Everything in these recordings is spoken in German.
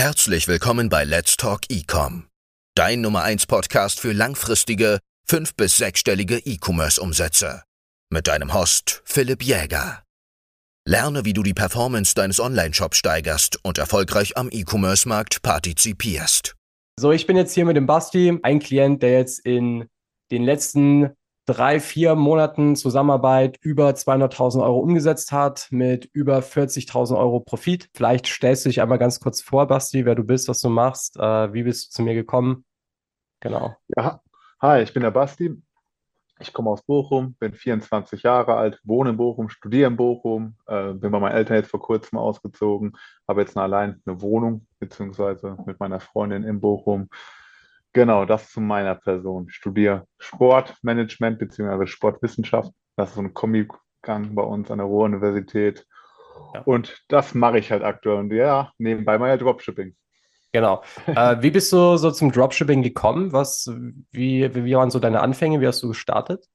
Herzlich willkommen bei Let's Talk E-Com, dein Nummer 1 Podcast für langfristige 5- bis 6-stellige E-Commerce-Umsätze. Mit deinem Host Philipp Jäger. Lerne, wie du die Performance deines Online-Shops steigerst und erfolgreich am E-Commerce-Markt partizipierst. So, ich bin jetzt hier mit dem Basti, ein Klient, der jetzt in den letzten 3-4 Monaten Zusammenarbeit über 200.000 Euro umgesetzt hat, mit über 40.000 Euro Profit. Vielleicht stellst du dich einmal ganz kurz vor, Basti, wer du bist, was du machst, wie bist du zu mir gekommen? Genau. Ja, hi, ich bin der Basti. Ich komme aus Bochum, bin 24 Jahre alt, wohne in Bochum, studiere in Bochum, bin bei meinen Eltern jetzt vor kurzem ausgezogen, habe jetzt allein eine Wohnung, beziehungsweise mit meiner Freundin in Bochum. Genau, das zu meiner Person. Studiere Sportmanagement beziehungsweise Sportwissenschaft. Das ist so ein Kombigang bei uns an der Ruhr-Universität. Ja. Und das mache ich halt aktuell. Und ja, nebenbei mal ja Dropshipping. Genau. Wie bist du so zum Dropshipping gekommen? Wie waren so deine Anfänge? Wie hast du gestartet?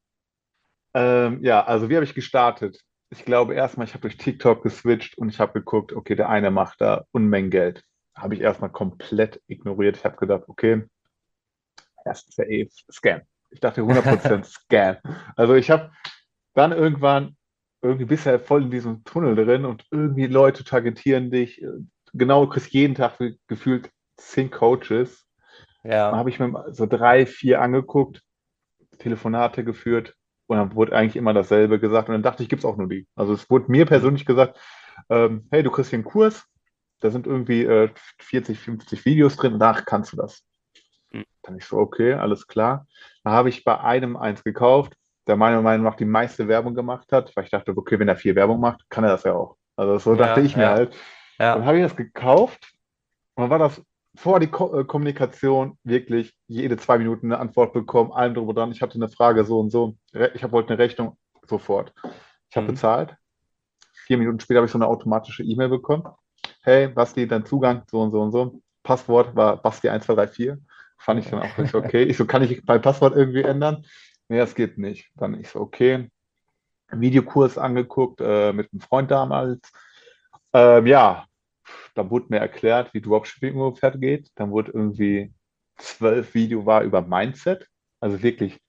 Ja, also wie habe ich gestartet? Ich glaube erstmal, ich habe durch TikTok geswitcht und ich habe geguckt, okay, der eine macht da Unmengen Geld. Habe ich erstmal komplett ignoriert. Ich habe gedacht, okay, das ist ja eh Scam. Ich dachte 100% Scam. Also ich habe dann irgendwann, irgendwie bist du ja voll in diesem Tunnel drin und irgendwie Leute targetieren dich. Genau, du kriegst jeden Tag gefühlt 10 Coaches. Dann Ja. habe ich mir so 3, 4 angeguckt, Telefonate geführt und dann wurde eigentlich immer dasselbe gesagt und dann dachte ich, gibt es auch nur die. Also es wurde mir Hm. persönlich gesagt, hey, du kriegst hier einen Kurs, da sind irgendwie 40, 50 Videos drin, danach kannst du das. Hm. Dann ich so, okay, alles klar. Da habe ich bei einem eins gekauft, der meiner Meinung nach die meiste Werbung gemacht hat, weil ich dachte, okay, wenn er viel Werbung macht, kann er das ja auch. Also so dachte Ja, ich mir ja, halt. Dann ja. habe ich das gekauft und dann war das vor die Kommunikation wirklich jede 2 Minuten eine Antwort bekommen, allem drüber dran. Ich hatte eine Frage so und so. Wollte eine Rechnung sofort. Ich habe Hm. bezahlt. 4 Minuten später habe ich so eine automatische E-Mail bekommen. Hey, Basti, dein Zugang, so und so und so. Passwort war Basti1234. Fand ich dann auch nicht so, okay. Ich so, kann ich mein Passwort irgendwie ändern? Nee, das geht nicht. Dann ich so, okay. Videokurs angeguckt mit einem Freund damals. Ja, dann wurde mir erklärt, wie Dropshipping ungefähr geht. Dann wurde irgendwie 12 Video war über Mindset. Also wirklich,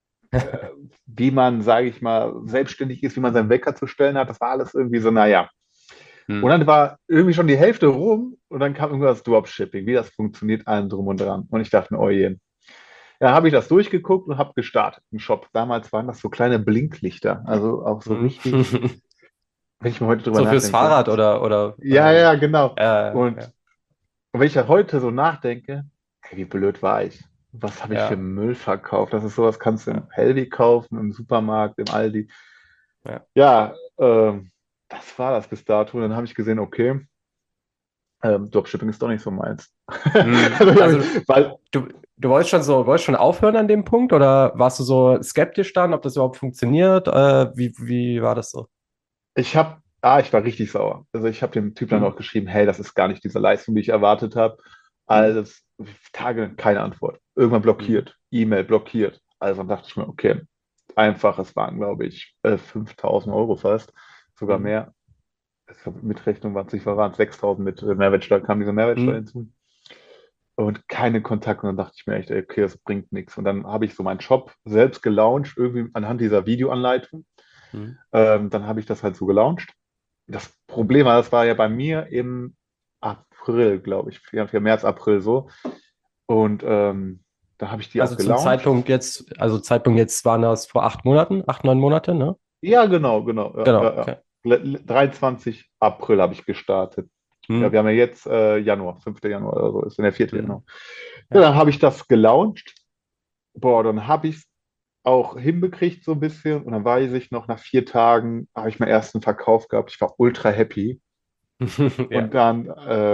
wie man, sage ich mal, selbstständig ist, wie man seinen Wecker zu stellen hat. Das war alles irgendwie so, naja. Und Hm. dann war irgendwie schon die Hälfte rum und dann kam irgendwas Dropshipping, wie das funktioniert, allem drum und dran. Und ich dachte mir, oh je. Ja, habe ich das durchgeguckt und habe gestartet im Shop. Damals waren das so kleine Blinklichter, also auch so Hm. richtig, wenn ich mir heute drüber So fürs nachdenke. Fahrrad oder Ja, ja, genau. ja, Und wenn ich ja heute so nachdenke, ey, wie blöd war ich? Was habe ich für ja, Müll verkauft? Das ist sowas, kannst du ja, im Heldi kaufen, im Supermarkt, im Aldi. ja. Ja, das war das bis dato. Und dann habe ich gesehen, okay, Dropshipping ist doch nicht so meins. Hm. Also, Also weil du wolltest schon aufhören an dem Punkt oder warst du so skeptisch dann, ob das überhaupt funktioniert? Wie war das so? ich war richtig sauer. Also ich habe dem Typ dann Hm. auch geschrieben, hey, das ist gar nicht diese Leistung, die ich erwartet habe. Hm. Alles, Tage, keine Antwort. Irgendwann Hm. blockiert, E-Mail blockiert. Also dann dachte ich mir, okay, einfach, es waren, glaube ich, 5.000 Euro fast, sogar Hm. mehr. Ich glaub, mit Rechnung waren es nicht verraten, 6.000 mit Mehrwertsteuer, kam diese Mehrwertsteuer Hm. hinzu. Und keine Kontakte. Und dann dachte ich mir echt, ey, okay, das bringt nichts. Und dann habe ich so meinen Shop selbst gelauncht, irgendwie anhand dieser Videoanleitung. Hm. Dann habe ich das halt so gelauncht. Das Problem war, das war ja bei mir im April, glaube ich, für März, April so. Und da habe ich die auch Also zum gelauncht. Zeitpunkt jetzt waren das vor 8 Monaten, 8, 9 Monate, ne? Ja, genau, genau. Ja, Genau, ja, ja. okay. 23. April habe ich gestartet. Hm. Ja, wir haben ja jetzt Januar, 5. Januar oder so, ist in der 4. Hm. Januar. Ja, Ja. dann habe ich das gelauncht. Boah, dann habe ich es auch hinbekriegt so ein bisschen. Und dann weiß ich noch, nach 4 Tagen habe ich meinen ersten Verkauf gehabt. Ich war ultra happy. Ja, Und dann,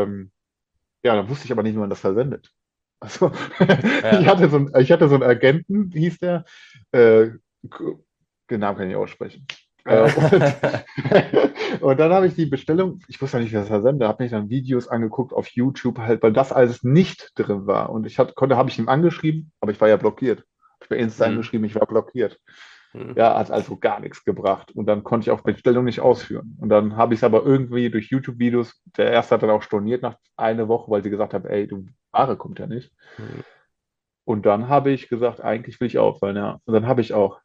ja, dann wusste ich aber nicht, wie man das versendet. Also, ja. ich hatte so einen Agenten, hieß der, äh, den Namen kann ich nicht aussprechen. Und, und dann habe ich die Bestellung, ich wusste ja nicht, wie das versende, habe mir dann Videos angeguckt auf YouTube, halt, weil das alles nicht drin war. Und habe ich ihm angeschrieben, aber ich war ja blockiert. Ich bei Insta Hm. angeschrieben, ich war blockiert. Mhm. Ja, hat also gar nichts gebracht. Und dann konnte ich auch Bestellung nicht ausführen. Und dann habe ich es aber irgendwie durch YouTube-Videos, der erste hat dann auch storniert nach einer Woche, weil sie gesagt haben, ey, du Ware kommt ja nicht. Mhm. Und dann habe ich gesagt, eigentlich will ich aufhören, ja. Und dann habe ich auch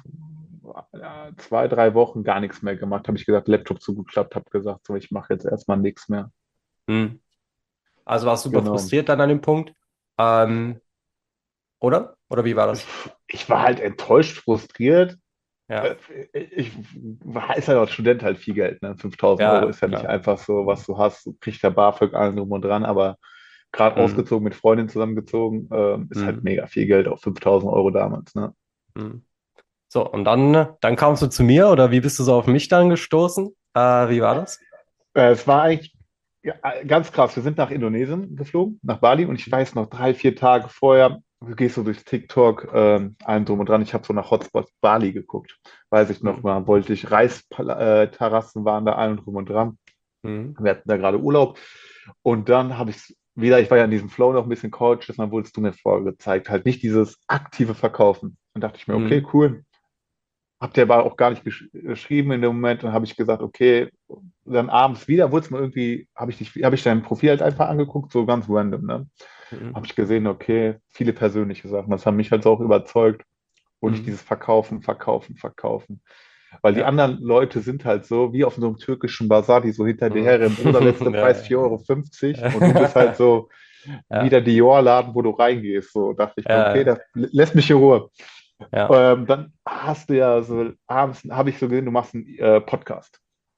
ja, 2, 3 Wochen gar nichts mehr gemacht. Habe ich gesagt, Laptop zugeklappt, habe gesagt, so, ich mache jetzt erstmal nichts mehr. Mhm. Also warst du super Genau. frustriert dann an dem Punkt. Ähm, oder? Oder wie war das? Ich war halt enttäuscht, frustriert. Ja, Äh, ist halt als Student halt viel Geld, ne? 5.000 € ja, ist ja nicht klar. einfach so, was du hast. Du kriegst ja BAföG, allen drum und dran, aber gerade Mhm. ausgezogen, mit Freundin zusammengezogen, ist halt Mhm. mega viel Geld, auch 5.000 € damals, ne? Mhm. So, und dann kamst du zu mir oder wie bist du so auf mich dann gestoßen? Wie war das? Es war eigentlich ja, ganz krass. Wir sind nach Indonesien geflogen, nach Bali, und ich weiß noch, 3, 4 Tage vorher, du gehst so durch TikTok, allem drum und dran. Ich habe so nach Hotspot Bali geguckt. Weiß ich noch Mhm. mal, wollte ich, Reisterrassen waren da allem drum und dran. Mhm. Wir hatten da gerade Urlaub. Und dann habe ich wieder, ich war ja in diesem Flow noch ein bisschen Coach, dann wurdest du mir vorgezeigt, halt nicht dieses aktive Verkaufen. Dann dachte ich mir, okay, Mhm. cool. Habt ihr aber auch gar nicht geschrieben in dem Moment. Dann habe ich gesagt, okay, dann abends wieder, wurde es mal irgendwie, habe ich dein Profil halt einfach angeguckt, so ganz random, ne? Mhm. Habe ich gesehen, okay, viele persönliche Sachen. Das haben mich halt so auch überzeugt. Und nicht Mhm. dieses Verkaufen, Verkaufen, Verkaufen. Weil die Ja. anderen Leute sind halt so, wie auf so einem türkischen Bazar, die so hinter dir Mhm. her, Bruder, letzter Preis Ja. 4,50 € und du bist halt so wie Ja. der Dior-Laden, wo du reingehst. So dachte ich mir, okay, Ja. das lässt mich in Ruhe. Ja. Dann hast du ja so, abends habe ich so gesehen, du machst einen Podcast.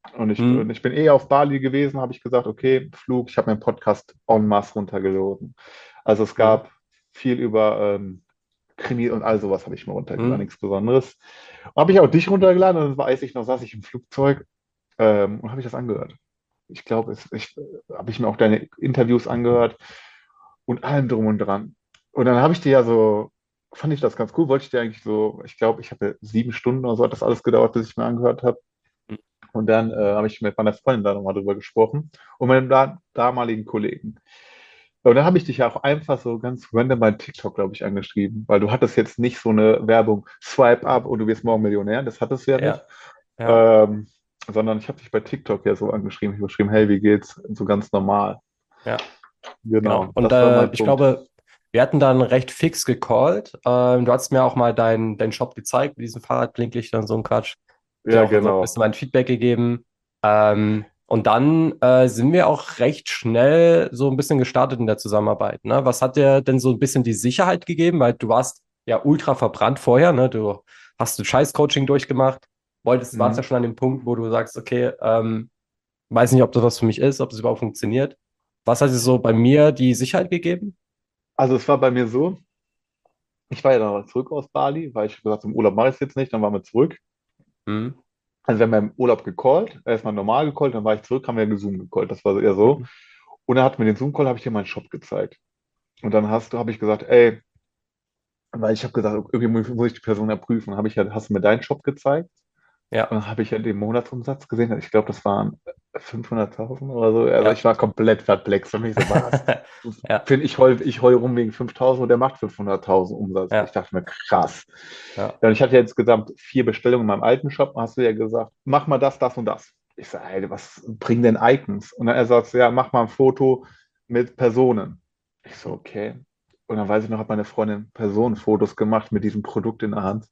Und Mhm. ich bin eh auf Bali gewesen, habe ich gesagt, okay, Flug, ich habe meinen Podcast en masse runtergeladen. Also es Mhm. gab viel über Krimi und all sowas habe ich mir runtergeladen, Mhm. nichts Besonderes. Habe ich auch dich runtergeladen und dann weiß ich noch, saß ich im Flugzeug und habe ich das angehört. Ich glaube, habe ich mir auch deine Interviews angehört und allem drum und dran. Und dann habe ich dir ja so, fand ich das ganz cool, wollte ich dir eigentlich so, ich glaube, ich habe 7 Stunden oder so hat das alles gedauert, bis ich mir angehört habe. Und dann habe ich mit meiner Freundin da nochmal drüber gesprochen und meinem damaligen Kollegen. Und dann habe ich dich ja auch einfach so ganz random bei TikTok, glaube ich, angeschrieben, weil du hattest jetzt nicht so eine Werbung, Swipe up und du wirst morgen Millionär, das hattest du ja nicht. Ja. Ja. Ähm, Sondern ich habe dich bei TikTok ja so angeschrieben, ich habe geschrieben, hey, wie geht's? So ganz normal. Ja. Genau. Genau, Und das war mein ich Punkt. glaube, wir hatten dann recht fix gecallt. Du hast mir auch mal deinen Shop gezeigt mit diesen Fahrradblinklichtern und so ein Quatsch. Dir Ja, auch so ein genau. bisschen mein Feedback gegeben. Und dann sind wir auch recht schnell so ein bisschen gestartet in der Zusammenarbeit. Ne? Was hat dir denn so ein bisschen die Sicherheit gegeben? Weil du warst ja ultra verbrannt vorher. Ne? Du hast ein Scheiß-Coaching durchgemacht. Warst ja Mhm. schon an dem Punkt, wo du sagst, okay, weiß nicht, ob das was für mich ist, ob das überhaupt funktioniert. Was hat dir so bei mir die Sicherheit gegeben? Also es war bei mir so, ich war ja dann auch zurück aus Bali, weil ich gesagt, im Urlaub mache ich es jetzt nicht, dann waren wir zurück. Mhm. Also wir haben ja im Urlaub gecallt, erstmal normal gecallt, dann war ich zurück, haben wir gezoomt gecallt, das war eher so. Mhm. Und dann hatten wir den Zoom-Call, habe ich dir meinen Shop gezeigt. Und dann habe ich gesagt, ey, weil ich habe gesagt, irgendwie muss ich die Person ja prüfen. Dann hast du mir deinen Shop gezeigt und Ja, dann habe ich ja den Monatsumsatz gesehen. Ich glaube, das waren 500.000 oder so. Also ja. ich war komplett perplex. Für mich so, was? Ja, Ich heul rum wegen 5.000 und der macht 500.000 Umsatz. Ich ja, dachte mir, krass. ja. Ja, und ich hatte ja insgesamt 4 Bestellungen in meinem alten Shop. Und hast du ja gesagt, mach mal das, das und das. Ich sage, ey, was bringen denn Icons? Und dann er sagt, ja, mach mal ein Foto mit Personen. Ich so, okay. Und dann weiß ich noch, hat meine Freundin Personenfotos gemacht mit diesem Produkt in der Hand.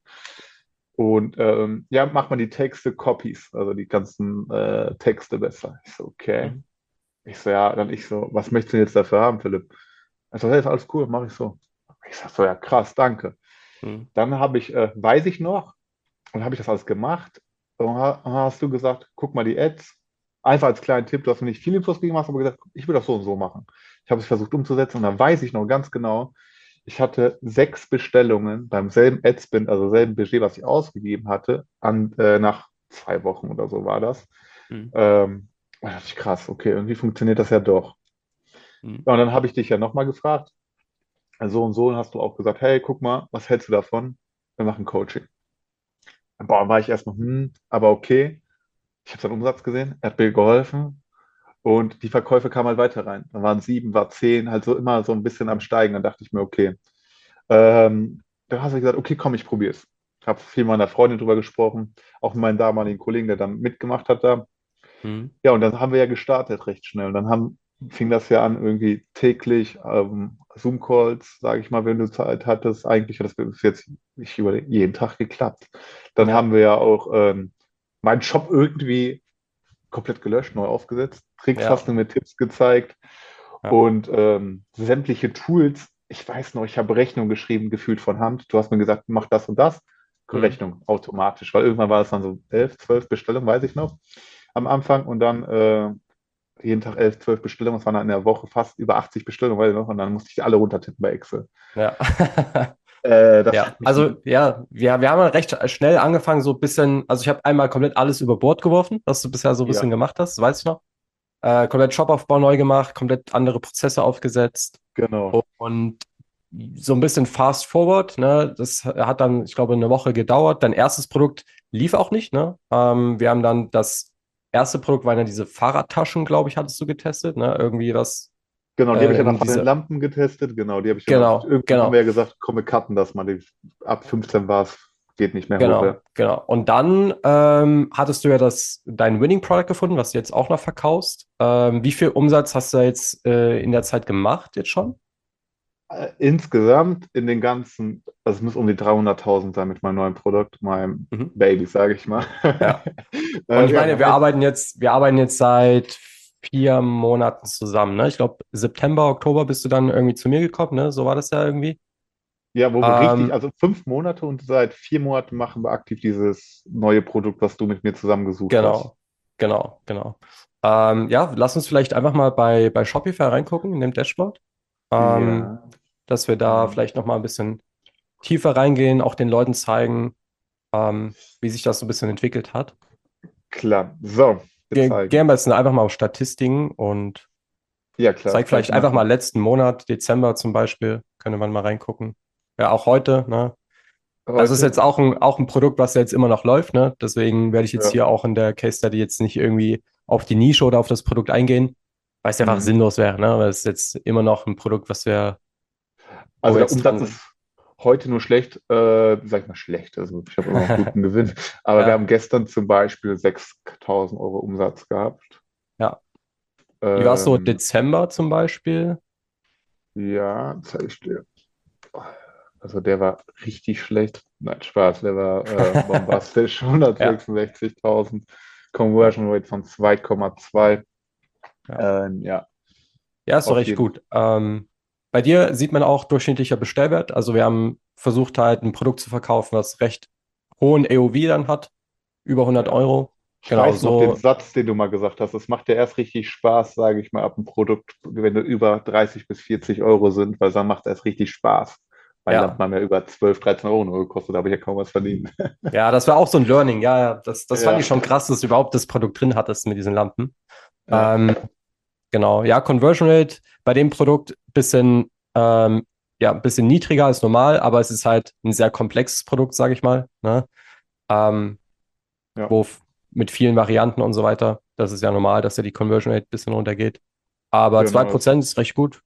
Und ja, mach mal die Texte Copies, also die ganzen Texte besser. Ich so, okay. Mhm. Ich so, ja, dann ich so, was möchtest du denn jetzt dafür haben, Philipp? Er so, hey, ist alles cool, mache ich so. Ich sag so, ja, krass, danke. Mhm. Dann weiß ich noch, und habe ich das alles gemacht. Und hast du gesagt, guck mal die Ads. Einfach als kleinen Tipp, du hast mir nicht viel Infos gegeben, hast aber gesagt, ich will das so und so machen. Ich habe es versucht umzusetzen und dann weiß ich noch ganz genau, ich hatte 6 Bestellungen beim selben Adspend, also selben Budget, was ich ausgegeben hatte, nach 2 Wochen oder so war das. Mhm. Und da dachte ich, krass, okay, irgendwie funktioniert das ja doch. Mhm. Ja, und dann habe ich dich ja nochmal gefragt, so und so, und hast du auch gesagt, hey, guck mal, was hältst du davon? Wir machen Coaching. Boah, war ich erstmal, aber okay. Ich habe seinen Umsatz gesehen, er hat mir geholfen und die Verkäufe kamen halt weiter rein. Dann waren 7, war 10, halt so immer so ein bisschen am Steigen. Dann dachte ich mir, okay. Dann hast du gesagt, okay, komm, ich probier's. Habe viel mit meiner Freundin drüber gesprochen, auch mit meinem damaligen Kollegen, der dann mitgemacht hat da. Mhm. Ja, und dann haben wir ja gestartet recht schnell. Und dann fing das ja an, irgendwie täglich Zoom-Calls, sage ich mal, wenn du Zeit hattest. Eigentlich hat das bis jetzt nicht über jeden Tag geklappt. Dann Ja, haben wir ja auch meinen Shop irgendwie komplett gelöscht, neu aufgesetzt. Tricks ja, hast du mir Tipps gezeigt ja. und sämtliche Tools. Ich weiß noch, ich habe Rechnung geschrieben, gefühlt von Hand. Du hast mir gesagt, mach das und das. Mhm. Rechnung automatisch, weil irgendwann war es dann so 11, 12 Bestellungen, weiß ich noch, am Anfang und dann jeden Tag 11, 12 Bestellungen. Das waren dann in der Woche fast über 80 Bestellungen, weiß ich noch, und dann musste ich alle runtertippen bei Excel. Ja. Das Ja, hat mich, also ja, wir haben ja recht schnell angefangen, so ein bisschen, also ich habe einmal komplett alles über Bord geworfen, was du bisher so ein bisschen ja, gemacht hast, das weiß ich noch. Komplett Shopaufbau neu gemacht, komplett andere Prozesse aufgesetzt genau. und so ein bisschen fast forward, ne? Das hat dann, ich glaube, eine Woche gedauert. Dein erstes Produkt lief auch nicht, ne? Wir haben dann das erste Produkt waren ja diese Fahrradtaschen, glaube ich, hattest du getestet, ne? Irgendwie was Genau, die habe ich ja in noch von den diese, Lampen getestet. Genau, die habe ich dann auch. genau, Irgendwann haben genau. wir ja gesagt, komm, wir cutten das mal. Ab 15 war es, geht nicht mehr hoch. Ja. Genau, genau. Und dann hattest du ja dein Winning Product gefunden, was du jetzt auch noch verkaufst. Wie viel Umsatz hast du jetzt in der Zeit gemacht jetzt schon? Insgesamt in den ganzen, also es muss um die 300.000 sein mit meinem neuen Produkt, meinem Mhm. Baby, sage ich mal. Ja. Und ich Ja, wir meine, haben jetzt, wir arbeiten jetzt seit 4 Monaten zusammen, ne? Ich glaube, September, Oktober bist du dann irgendwie zu mir gekommen, ne? So war das ja irgendwie. ja, wo wir richtig, Ähm, also 5 Monate und seit 4 Monaten machen wir aktiv dieses neue Produkt, was du mit mir zusammengesucht hast. genau, genau. Ja, lass uns vielleicht einfach mal bei Shopify reingucken in dem Dashboard, ähm, Ja, dass wir da vielleicht noch mal ein bisschen tiefer reingehen, auch den Leuten zeigen, wie sich das so ein bisschen entwickelt hat. klar. So, wir Gehen zeigen. wir jetzt einfach mal auf Statistiken und Ja, klar, zeig kann ich vielleicht einfach mal machen. letzten Monat, Dezember zum Beispiel, könnte man mal reingucken. Ja, auch heute, ne? Also ist Heute, jetzt auch ein Produkt, was ja jetzt immer noch läuft, ne? Deswegen werde ich jetzt ja. hier auch in der Case Study jetzt nicht irgendwie auf die Nische oder auf das Produkt eingehen, weil es einfach Mhm. sinnlos wäre, ne? Weil es ist jetzt immer noch ein Produkt, wo Also wir der jetzt dran Umsatz sind. ist heute nur schlecht, sag ich mal schlecht, also ich habe immer noch guten Gewinn, aber wir Ja, haben gestern zum Beispiel 6.000 Euro Umsatz gehabt. ja. Wie war es so Ähm, Dezember zum Beispiel? ja, zeige ich dir. Also der war richtig schlecht. Nein, Spaß, der war bombastisch. Ja, 166.000, ja, Conversion Rate von 2,2. ja. Ja, Ja, ist doch auf recht jeden gut. Bei dir sieht man auch durchschnittlicher Bestellwert. Also wir haben versucht halt ein Produkt zu verkaufen, was recht hohen AOV dann hat, über 100 Fall. Euro. Ich Genau, weiß noch den so, Satz, den du mal gesagt hast. Es macht ja erst richtig Spaß, sage ich mal, ab dem Produkt, wenn du über 30 bis 40 Euro sind, weil dann macht es erst richtig Spaß. Meine Lampen ja. haben ja über 12, 13 Euro nur gekostet, da habe ich ja kaum was verdient. Ja, das war auch so ein Learning. Ja, ja, das fand Ja, ich schon krass, dass du überhaupt das Produkt drin hattest mit diesen Lampen. ja, Ähm, genau, ja, Conversion Rate bei dem Produkt ja, ein bisschen niedriger als normal, aber es ist halt ein sehr komplexes Produkt, sage ich mal, ne? Ähm, ja, wo mit vielen Varianten und so weiter. Das ist ja normal, dass ja die Conversion Rate ein bisschen runtergeht. Aber zwei genau. Prozent ist recht gut.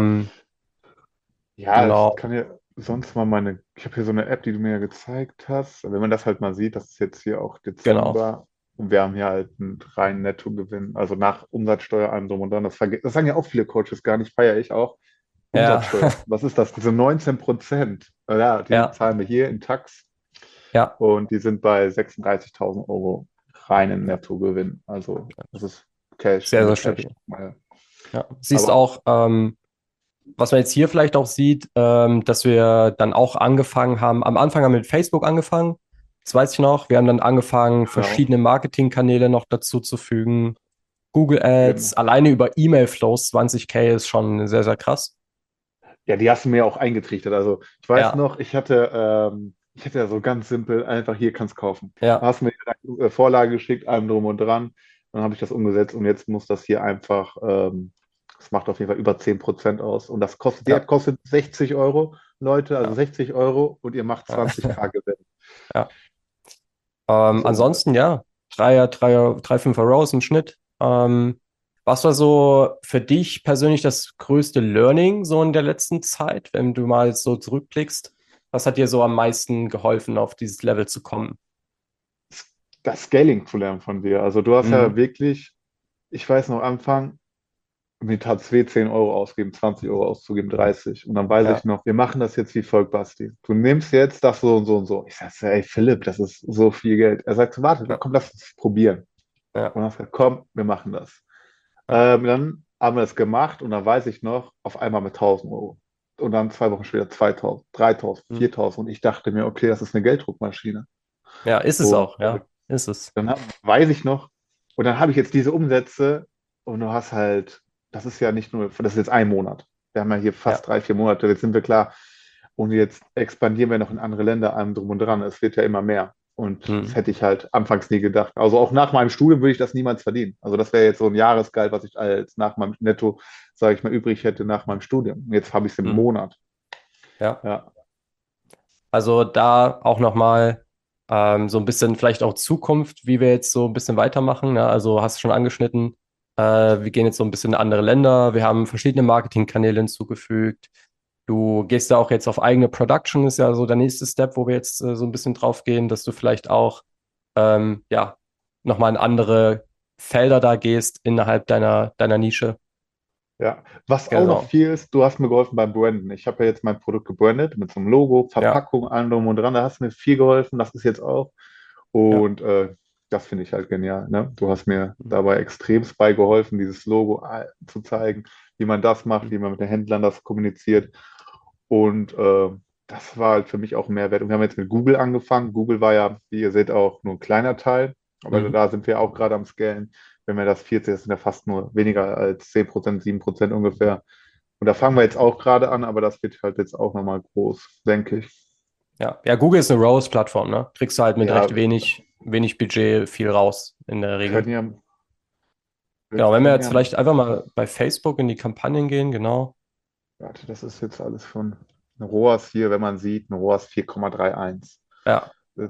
Ja, ich Genau, kann ja sonst mal ich habe hier so eine App, die du mir ja gezeigt hast. Wenn man das halt mal sieht, das ist jetzt hier auch genau. Dezember und wir haben hier halt einen reinen Nettogewinn, also nach Umsatzsteuer allem drum und dran. Das sagen ja auch viele Coaches gar nicht, feiere ich auch. Ja, Umsatzsteuer, was ist das? Diese 19%, ja, die ja, zahlen wir hier in Tax ja, und die sind bei 36.000 Euro reinen ja. Nettogewinn. Also das ist Cash Sehr, in the sehr Cash. stabil. Ja. Ja. Siehst Aber auch, was man jetzt hier vielleicht auch sieht, dass wir dann auch angefangen haben, am Anfang haben wir mit Facebook angefangen, das weiß ich noch. Wir haben dann angefangen, genau, verschiedene Marketingkanäle noch dazu zu fügen. Google Ads, genau. alleine über E-Mail-Flows 20K ist schon sehr, sehr krass. Ja, die hast du mir auch eingetrichtert. Also ich weiß Ja, noch, ich hatte ja so ganz simpel, einfach hier kannst kaufen. Da ja, hast du mir die Vorlage geschickt, allem drum und dran. Dann habe ich das umgesetzt und jetzt muss das hier einfach, das macht auf jeden Fall über 10% aus. Und die App ja, kostet 60 Euro, Leute, also ja, 60 Euro und ihr macht ja. 20K Gewinn. Ja. Also, Ansonsten, ja, drei, fünfer Rows im Schnitt. Was war so für dich persönlich das größte Learning so in der letzten Zeit, wenn du mal so zurückblickst? Was hat dir so am meisten geholfen, auf dieses Level zu kommen? Das Scaling zu lernen von dir. Also du hast ja Mhm. wirklich, ich weiß noch, am Anfang, mir tat es weh, 10 Euro ausgeben, 20 Euro auszugeben, 30. Und dann weiß ich Ja, noch, wir machen das jetzt wie folgt, Basti. Du nimmst jetzt das so und so und so. Ich sag so, ey Philipp, das ist so viel Geld. Er sagt so, warte, ja, komm, lass uns probieren. ja, Und dann sagt, komm, wir machen das. ja. Dann haben wir das gemacht und dann weiß ich noch, auf einmal mit 1000 Euro. Und dann 2 Wochen später 2000, 3000, Mhm. 4000. Und ich dachte mir, okay, das ist eine Gelddruckmaschine. Ja, ist es Und auch, ja, ist es. weiß ich noch, und dann habe ich jetzt diese Umsätze und du hast halt, das ist ja nicht nur, das ist jetzt ein Monat. Wir haben ja hier Ja. fast 3, 4 Monate, jetzt sind wir klar. Und jetzt expandieren wir noch in andere Länder, allem drum und dran. Es wird ja immer mehr. Und das Mhm. hätte ich halt anfangs nie gedacht. Also auch nach meinem Studium würde ich das niemals verdienen. Also das wäre jetzt so ein Jahresgehalt, was ich als nach meinem Netto, sage ich mal, übrig hätte nach meinem Studium. Und jetzt habe ich es im Mhm. Monat. Ja. Ja, Also da auch nochmal so ein bisschen vielleicht auch Zukunft, wie wir jetzt so ein bisschen weitermachen. Ne? Also hast du schon angeschnitten, wir gehen jetzt so ein bisschen in andere Länder, wir haben verschiedene Marketingkanäle hinzugefügt. Du gehst da auch jetzt auf eigene Production, ist ja so der nächste Step, wo wir jetzt so ein bisschen drauf gehen, dass du vielleicht auch ja nochmal in andere Felder da gehst innerhalb deiner Nische. ja. Was auch noch Genau. viel ist, du hast mir geholfen beim Branden. Ich habe ja jetzt mein Produkt gebrandet mit so einem Logo, Ja, Verpackung, allem drum und dran. Da hast du mir viel geholfen. Das ist jetzt auch. ja. Und das finde ich halt genial. Ne? Du hast mir dabei extremst beigeholfen, dieses Logo zu zeigen, wie man das macht, wie man mit den Händlern das kommuniziert. Und das war halt für mich auch ein Mehrwert. Und wir haben jetzt mit Google angefangen. Google war ja, wie ihr seht, auch nur ein kleiner Teil. Aber Mhm. da sind wir auch gerade am Scalen. Wenn wir das 40, das sind ja fast nur weniger als 10%, 7% ungefähr. Und da fangen wir jetzt auch gerade an, aber das wird halt jetzt auch nochmal groß, denke ich. Ja, ja, Google ist eine ROAS-Plattform, ne? Kriegst du halt mit Ja, recht wenig Budget viel raus in der Regel. können ja, Genau, wenn wir können jetzt ja, vielleicht einfach mal bei Facebook in die Kampagnen gehen, genau. warte, das ist jetzt alles von ein ROAS hier, wenn man sieht, ein ROAS 4,31, Ja,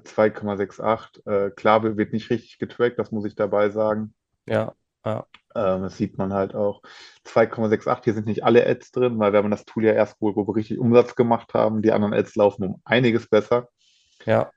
2,68. Klar, wird nicht richtig getrackt, das muss ich dabei sagen. ja, ja, Das sieht man halt auch. 2,68, hier sind nicht alle Ads drin, weil wir haben das Tool ja erst, wo wir richtig Umsatz gemacht haben. Die anderen Ads laufen um einiges besser. ja,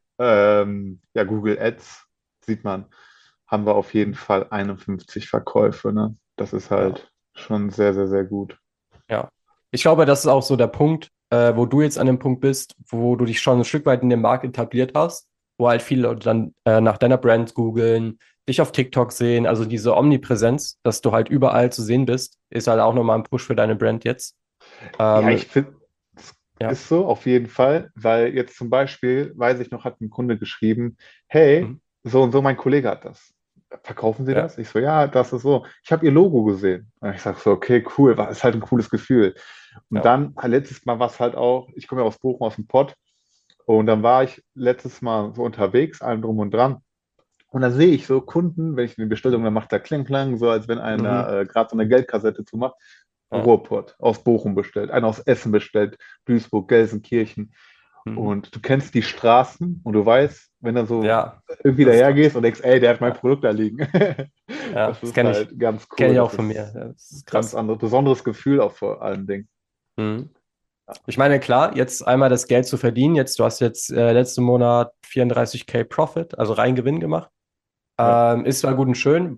Ja, Google Ads sieht man, haben wir auf jeden Fall 51 Verkäufe. Ne? Das ist ja, halt schon sehr, sehr, sehr gut. ja. Ich glaube, das ist auch so der Punkt, wo du jetzt an dem Punkt bist, wo du dich schon ein Stück weit in dem Markt etabliert hast, wo halt viele Leute dann nach deiner Brand googeln, dich auf TikTok sehen, also diese Omnipräsenz, dass du halt überall zu sehen bist, ist halt auch nochmal ein Push für deine Brand jetzt. Ja, ich Ähm, finde, es ja. ist so, auf jeden Fall, weil jetzt zum Beispiel, weiß ich noch, hat ein Kunde geschrieben, hey, Mhm. so und so, mein Kollege hat das. Verkaufen Sie Ja, das? Ich so, ja, das ist so. Ich habe Ihr Logo gesehen. Und ich sage so, okay, cool, war ist halt ein cooles Gefühl. Und ja. dann, letztes Mal war es halt auch, ich komme ja aus Bochum, aus dem Pott, und dann war ich letztes Mal so unterwegs, allem drum und dran. Und dann sehe ich so Kunden, wenn ich eine Bestellung, dann macht der Kling Klang, so als wenn einer Mhm. gerade so eine Geldkassette zumacht. Ja. Ruhrpott, aus Bochum bestellt, einer aus Essen bestellt, Duisburg, Gelsenkirchen. Mhm. Und du kennst die Straßen und du weißt, wenn du so Ja, irgendwie das ist krass. dahergehst und denkst, ey, der hat mein Ja, Produkt da liegen. ja, Das das ist kenne ich. halt ganz Kenne cool. ich auch Das von mir. ist Ja, das ist ein ganz krass. anderes, besonderes Gefühl auch vor allen Dingen. Mhm. Ich meine, klar, jetzt einmal das Geld zu verdienen. Jetzt, du hast jetzt letzten Monat 34K Profit, also rein Gewinn gemacht. Ja. Ist zwar gut und schön,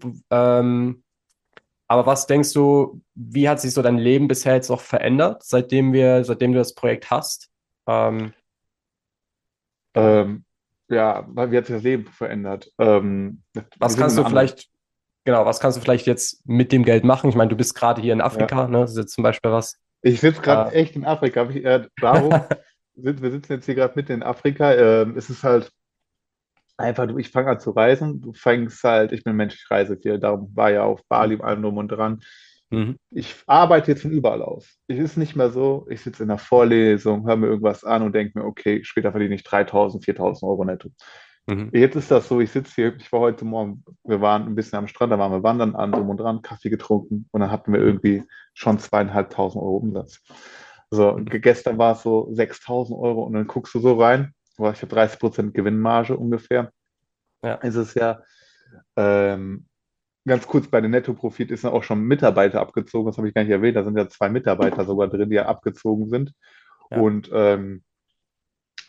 aber was denkst du, wie hat sich so dein Leben bisher jetzt auch verändert, seitdem du das Projekt hast? Ähm, genau. Ähm, ja, weil wie hat sich das Leben verändert? Wir Was sind in kannst einer du anderen. vielleicht, genau, was kannst du vielleicht jetzt mit dem Geld machen? Ich meine, du bist gerade hier in Ja. Afrika, ne? Das ist jetzt zum Beispiel was. Ich sitze gerade Äh, echt in Afrika. Darum wir sitzen jetzt hier gerade mitten in Afrika. Es ist halt einfach, ich fange an zu reisen. Du fängst halt, ich bin ein Mensch, ich reise viel. Darum war ja auf Bali, allem drum und dran. mhm. Ich arbeite jetzt von überall aus. Es ist nicht mehr so, ich sitze in der Vorlesung, höre mir irgendwas an und denke mir, okay, später verdiene ich 3.000, 4.000 Euro netto. Mhm. Jetzt ist das so, ich sitze hier, ich war heute Morgen, wir waren ein bisschen am Strand, da waren wir wandern, an drum und dran, Kaffee getrunken und dann hatten wir Mhm. irgendwie schon 2.500 Euro Umsatz. So, Mhm. gestern war es so 6.000 Euro und dann guckst du so rein, boah, ich habe 30% Gewinnmarge ungefähr. Ja. Ist es ja, ähm, ganz kurz, bei den Nettoprofit ist dann auch schon Mitarbeiter abgezogen, das habe ich gar nicht erwähnt, da sind ja 2 Mitarbeiter sogar drin, die ja abgezogen sind. Ja. Und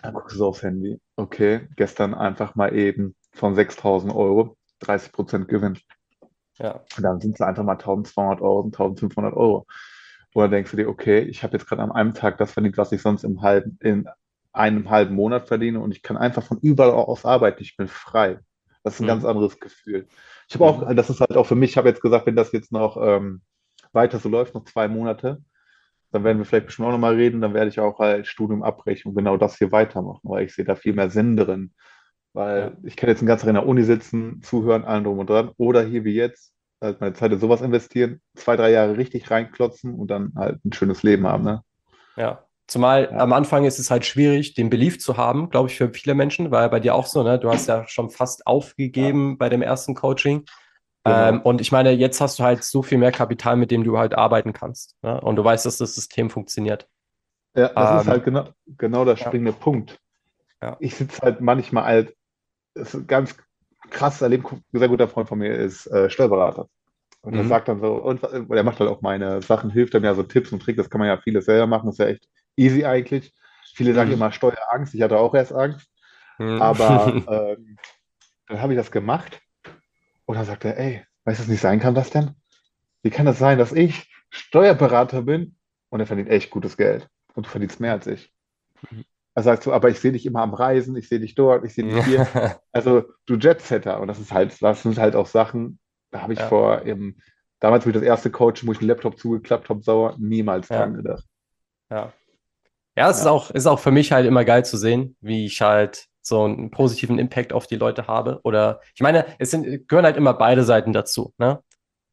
Dann guckst du so aufs Handy. Okay, gestern einfach mal eben von 6.000 Euro 30% Gewinn. Ja, Und dann sind es einfach mal 1.200 Euro, 1.500 Euro. Oder denkst du dir, okay, ich habe jetzt gerade an einem Tag das verdient, was ich sonst in einem halben Monat verdiene und ich kann einfach von überall aus arbeiten. Ich bin frei. Das ist ein ganz mhm. anderes Gefühl. Ich habe Mhm. auch, das ist halt auch für mich, ich habe jetzt gesagt, wenn das jetzt noch weiter so läuft, noch 2 Monate, dann werden wir vielleicht bestimmt auch nochmal reden, dann werde ich auch halt Studium abbrechen und genau das hier weitermachen, weil ich sehe da viel mehr Sinn drin. Weil Ja, ich kann jetzt den ganzen Tag in der Uni sitzen, zuhören, allen drum und dran. Oder hier wie jetzt, halt meine Zeit in sowas investieren, 2, 3 Jahre richtig reinklotzen und dann halt ein schönes Leben haben, ne? ja. Zumal Ja, am Anfang ist es halt schwierig, den Belief zu haben, glaube ich, für viele Menschen, war ja bei dir auch so, ne? Du hast ja schon fast ja, aufgegeben bei dem ersten Coaching. genau. Und ich meine, jetzt hast du halt so viel mehr Kapital, mit dem du halt arbeiten kannst. Ne? Und du weißt, dass das System funktioniert. Ja, das ist Ähm, halt genau der ja, springende Punkt. ja. Ich sitze halt manchmal halt, das ist ein ganz krasses Erleben, ein sehr guter Freund von mir ist Steuerberater. Und er Mhm. sagt dann so, und er macht halt auch meine Sachen, hilft dann ja so Tipps und Tricks, das kann man ja vieles selber machen, das ist ja echt easy eigentlich. Viele sagen Mhm. immer Steuerangst, ich hatte auch erst Angst, aber Mhm. dann habe ich das gemacht und dann sagt er, ey, weißt du, was nicht sein kann, das denn? Wie kann das sein, dass ich Steuerberater bin und er verdient echt gutes Geld und du verdienst mehr als ich? Er sagt so, aber ich sehe dich immer am Reisen, ich sehe dich dort, ich sehe dich hier. Also du Jetsetter und das sind halt auch Sachen, da habe ich Ja, damals, wo ich das erste Coach, wo ich den Laptop zugeklappt habe, sauer, niemals dran ja, gedacht. ja. Ja, es Ja, ist auch für mich halt immer geil zu sehen, wie ich halt so einen positiven Impact auf die Leute habe. Oder ich meine, gehören halt immer beide Seiten dazu, ne?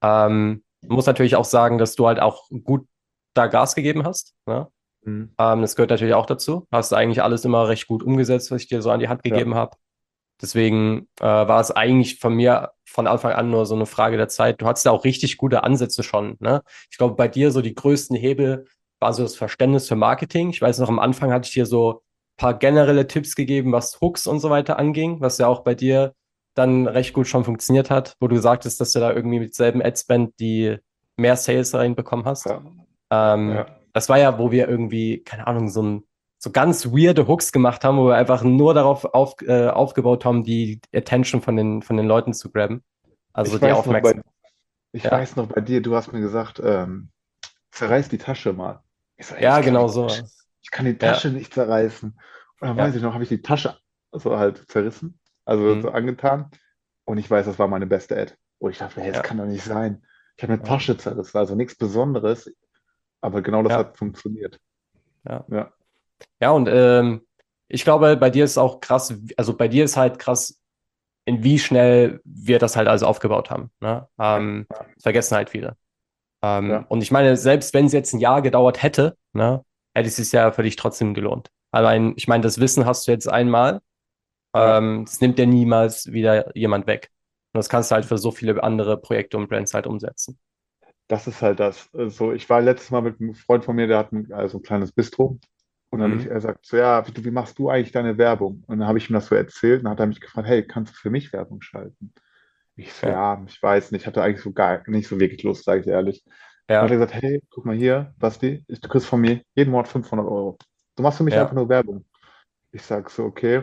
Man muss natürlich auch sagen, dass du halt auch gut da Gas gegeben hast, ne? mhm. Das gehört natürlich auch dazu. Hast eigentlich alles immer recht gut umgesetzt, was ich dir so an die Hand Ja, gegeben habe. Deswegen war es eigentlich von mir von Anfang an nur so eine Frage der Zeit. Du hattest ja auch richtig gute Ansätze schon, ne? Ich glaube, bei dir so die größten Hebel war so das Verständnis für Marketing. Ich weiß noch, am Anfang hatte ich dir so ein paar generelle Tipps gegeben, was Hooks und so weiter anging, was ja auch bei dir dann recht gut schon funktioniert hat, wo du sagtest, dass du da irgendwie mit selben Adspend die mehr Sales reinbekommen hast. ja, ja. Das war ja, wo wir irgendwie, keine Ahnung, so ganz weirde Hooks gemacht haben, wo wir einfach nur darauf aufgebaut haben, die Attention von den Leuten zu grabben. Also Ich die weiß noch Aufmerksamkeit. ich Ja, weiß noch bei dir, du hast mir gesagt, zerreiß die Tasche mal. Ich so, ey, ja, genau so. Ich kann die Tasche Ja, nicht zerreißen. Und dann weiß ja. ich noch, habe ich die Tasche so halt zerrissen, also Mhm. so angetan. Und ich weiß, das war meine beste Ad. Und ich dachte, hey, das Ja, kann doch nicht sein. Ich habe eine ja, Tasche zerrissen, also nichts Besonderes, aber genau das ja, hat funktioniert. ja. Ja, Ja, und ich glaube, bei dir ist auch krass, also bei dir ist halt krass, in wie schnell wir das halt also aufgebaut haben. Ne? Das vergessen halt viele. ja, Und ich meine, selbst wenn es jetzt ein Jahr gedauert hätte, ne, hätte es sich ja für dich trotzdem gelohnt. Allein, ich meine, das Wissen hast du jetzt einmal, ja. das nimmt dir niemals wieder jemand weg. Und das kannst du halt für so viele andere Projekte und Brands halt umsetzen. Das ist halt das. Also ich war letztes Mal mit einem Freund von mir, der hat also ein kleines Bistro. Und Mhm. er sagt so, ja, wie machst du eigentlich deine Werbung? Und dann habe ich ihm das so erzählt und dann hat er mich gefragt, hey, kannst du für mich Werbung schalten? Ich so, Ja, ja, ich weiß nicht, ich hatte eigentlich so gar nicht so wirklich Lust, sage ich dir ehrlich. Dann hat ja, er gesagt, hey, guck mal hier, Basti, du kriegst von mir jeden Monat 500 Euro. Du machst für mich einfach ja, nur Werbung. Ich sage so, okay.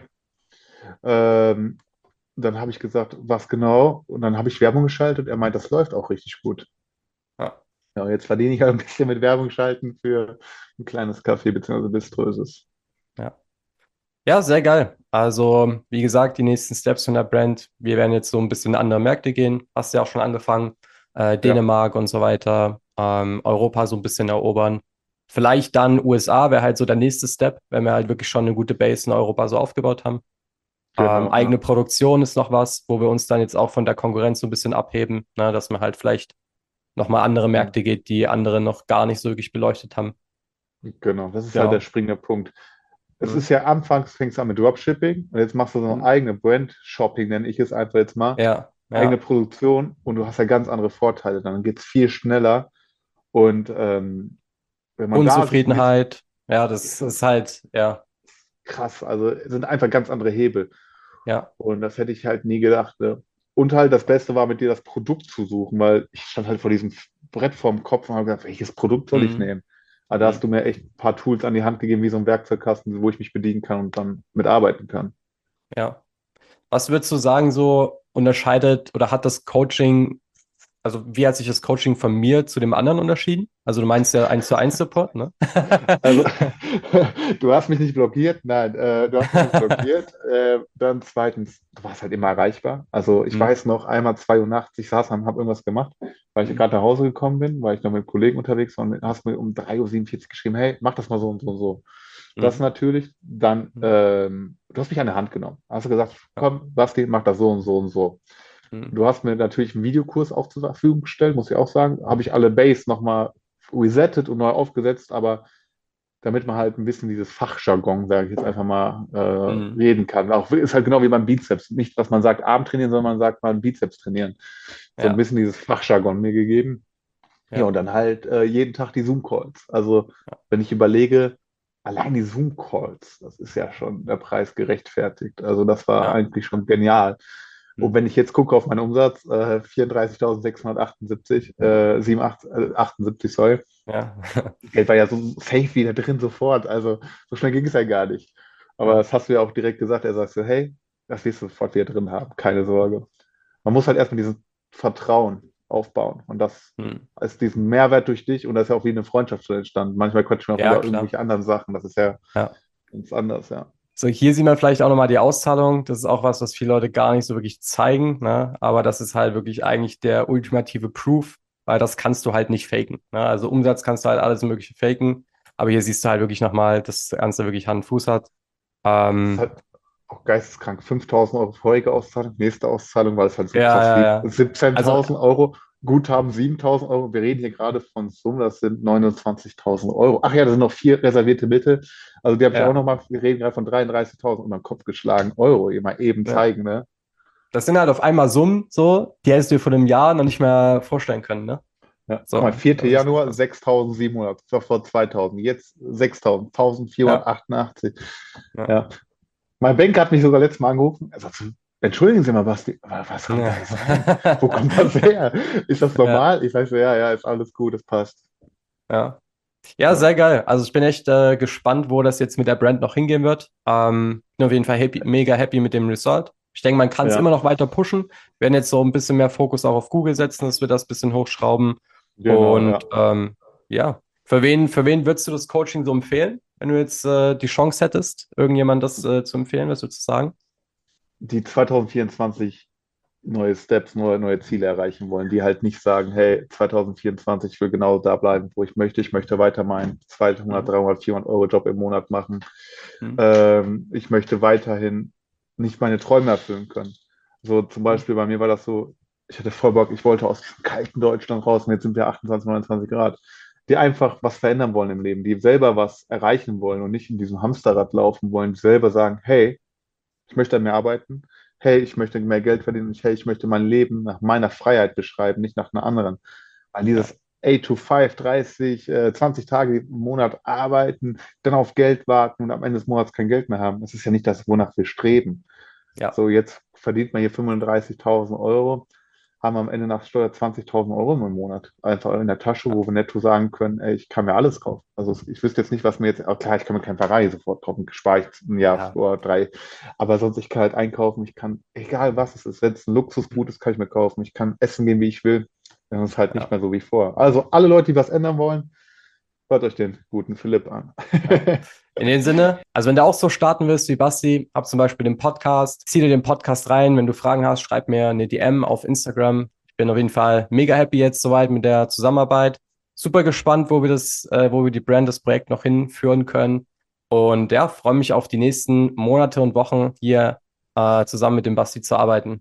Ähm, Dann habe ich gesagt, was genau? Und dann habe ich Werbung geschaltet. Er meint, das läuft auch richtig gut. ja, Ja, jetzt verdiene ich halt ein bisschen mit Werbung schalten für ein kleines Café bzw. Biströses. ja. Ja, sehr geil. Also, wie gesagt, die nächsten Steps von der Brand. Wir werden jetzt so ein bisschen in andere Märkte gehen. Hast ja auch schon angefangen. Ja, Dänemark und so weiter. Europa so ein bisschen erobern. Vielleicht dann USA wäre halt so der nächste Step, wenn wir halt wirklich schon eine gute Base in Europa so aufgebaut haben. genau. Eigene Ja. Produktion ist noch was, wo wir uns dann jetzt auch von der Konkurrenz so ein bisschen abheben, ne, dass man halt vielleicht nochmal andere Mhm. Märkte geht, die andere noch gar nicht so wirklich beleuchtet haben. Genau, das ist halt der Genau. springende Punkt. Es Mhm. ist ja anfangs fängst du an mit Dropshipping und jetzt machst du so eine Mhm. eigene Brand-Shopping, nenne ich es einfach jetzt mal. Ja, Eigene ja. Produktion und du hast ja ganz andere Vorteile. Dann geht es viel schneller und wenn man da sich ein bisschen, Unzufriedenheit. Ja, das ist das ist halt, ja, krass, also es sind einfach ganz andere Hebel. ja, Und das hätte ich halt nie gedacht. Ne? Und halt das Beste war, mit dir das Produkt zu suchen, weil ich stand halt vor diesem Brett vorm Kopf und habe gedacht, welches Produkt soll ich mhm. nehmen? Aber da hast du mir echt ein paar Tools an die Hand gegeben, wie so ein Werkzeugkasten, wo ich mich bedienen kann und dann mitarbeiten kann. Ja. Was würdest du sagen, so unterscheidet oder hat das Coaching, also wie hat sich das Coaching von mir zu dem anderen unterschieden? Also du meinst ja 1:1 Support, ne? Also, du hast mich nicht blockiert, nein, du hast mich nicht blockiert. Dann zweitens, du warst halt immer erreichbar. Also ich Hm, weiß noch, einmal 2 Uhr nachts, ich saß und habe irgendwas gemacht, weil ich gerade nach Hause gekommen bin, weil ich noch mit Kollegen unterwegs war und hast mir um 3:47 Uhr geschrieben, hey, mach das mal so und so und so. Das hm, natürlich, dann, hm, du hast mich an der Hand genommen. Hast du gesagt, ja, komm, Basti, mach das so und so und so. hm, Du hast mir natürlich einen Videokurs auch zur Verfügung gestellt, muss ich auch sagen. Habe ich alle Base nochmal resettet und neu aufgesetzt, aber damit man halt ein bisschen dieses Fachjargon, sage ich jetzt einfach mal, hm, reden kann. Auch ist halt genau wie beim Bizeps. Nicht, dass man sagt, Arm trainieren, sondern man sagt mal Bizeps trainieren. So ein ja, bisschen dieses Fachjargon mir gegeben. Ja, ja, und dann halt jeden Tag die Zoom-Calls. Also, wenn ich überlege, allein die Zoom-Calls, das ist ja schon der Preis gerechtfertigt. Also, das war ja, eigentlich schon genial. Und hm, wenn ich jetzt gucke auf meinen Umsatz, 34.678, 87, 78, sorry, ja, Geld war ja so safe wieder drin sofort. Also so schnell ging es ja gar nicht. Aber ja, das hast du ja auch direkt gesagt. Er sagt so, hey, das wirst du sofort wieder drin haben. Keine Sorge. Man muss halt erstmal dieses Vertrauen aufbauen. Und das hm, ist diesen Mehrwert durch dich. Und das ist ja auch wie eine Freundschaft schon entstanden. Manchmal quatschen wir auch ja, über klar. irgendwelche anderen Sachen. Das ist ja Ja. ganz anders, ja. So, hier sieht man vielleicht auch nochmal die Auszahlung. Das ist auch was, was viele Leute gar nicht so wirklich zeigen, ne? Aber das ist halt wirklich eigentlich der ultimative Proof, weil das kannst du halt nicht faken, ne? Also Umsatz kannst du halt alles Mögliche faken, aber hier siehst du halt wirklich nochmal, dass das Ganze wirklich Hand und Fuß hat. Das ist Ähm, halt auch geisteskrank. 5.000 € vorige Auszahlung, nächste Auszahlung, weil es halt so ja, krass ja, lief. ja. Also, 17.000 €, Guthaben 7.000 €. Wir reden hier gerade von Summen, das sind 29.000 €. Ach ja, da sind noch 4 reservierte Mittel. Also die habe ich auch ja, nochmal, wir reden gerade von 33.000 unter den Kopf geschlagen Euro. Hier mal eben ja. zeigen, ne? Das sind halt auf einmal Summen, so, die hättest du dir vor einem Jahr noch nicht mehr vorstellen können, ne? Ja, guck mal, So, 4. das ist Januar krass. 6.700, das war vor 2.000, jetzt 6.000, Ja, 1.488. ja. Ja, mein Banker hat mich sogar letztes Mal angerufen. Er sagt, entschuldigen Sie mal, Basti, aber was haben wir gesagt? Wo kommt das her? Ist das Ja, normal? Ich sage so, ja, ja, ist alles gut, es passt. ja. Ja, Ja, sehr geil. Also ich bin echt gespannt, wo das jetzt mit der Brand noch hingehen wird. Bin auf jeden Fall happy, mega happy mit dem Result. Ich denke, man kann es immer ja, noch weiter pushen. Wir werden jetzt so ein bisschen mehr Fokus auch auf Google setzen, dass wir das ein bisschen hochschrauben. genau, ja. Und ja, für wen würdest du das Coaching so empfehlen, wenn du jetzt die Chance hättest, irgendjemand das zu empfehlen, was würdest du sagen? Die 2024 neue Steps, neue Ziele erreichen wollen, die halt nicht sagen, hey, 2024, ich will genau da bleiben, wo ich möchte weiter meinen 200, Mhm. 300, 400 € Job im Monat machen. Mhm. Ich möchte weiterhin nicht meine Träume erfüllen können. So zum Mhm. Beispiel bei mir war das so, ich hatte voll Bock, ich wollte aus diesem kalten Deutschland raus und jetzt sind wir 28, 29 Grad. Die einfach was verändern wollen im Leben, die selber was erreichen wollen und nicht in diesem Hamsterrad laufen wollen, die selber sagen, hey, ich möchte an mir arbeiten. Hey, ich möchte mehr Geld verdienen. Hey, ich möchte mein Leben nach meiner Freiheit beschreiben, nicht nach einer anderen. Weil Ja, dieses 8 to 5, 30, 20 Tage im Monat arbeiten, dann auf Geld warten und am Ende des Monats kein Geld mehr haben, das ist ja nicht das, wonach wir streben. ja, So, jetzt verdient man hier 35.000 €, haben am Ende nach Steuer 20.000 € im Monat einfach in der Tasche, ja, wo wir netto sagen können, ey, ich kann mir alles kaufen. Also ich wüsste jetzt nicht, was mir jetzt, klar, ich kann mir kein Ferrari sofort kaufen, spare ich ein Jahr ja. oder 3, aber sonst, ich kann halt einkaufen, ich kann, egal was es ist, wenn es ein Luxusgut ist, kann ich mir kaufen, ich kann essen gehen, wie ich will. Das ist halt nicht Ja. mehr so wie vor. Also alle Leute, die was ändern wollen, hört euch den guten Philipp an. Ja. In dem Sinne, also wenn du auch so starten willst wie Basti, hab zum Beispiel den Podcast, zieh dir den Podcast rein. Wenn du Fragen hast, schreib mir eine DM auf Instagram. Ich bin auf jeden Fall mega happy jetzt soweit mit der Zusammenarbeit. Super gespannt, wo wir die Brand, das Projekt noch hinführen können. Und ja, freue mich auf die nächsten Monate und Wochen hier zusammen mit dem Basti zu arbeiten.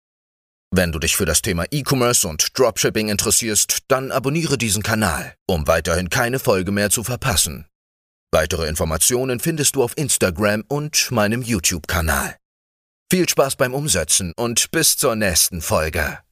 Wenn du dich für das Thema E-Commerce und Dropshipping interessierst, dann abonniere diesen Kanal, um weiterhin keine Folge mehr zu verpassen. Weitere Informationen findest du auf Instagram und meinem YouTube-Kanal. Viel Spaß beim Umsetzen und bis zur nächsten Folge.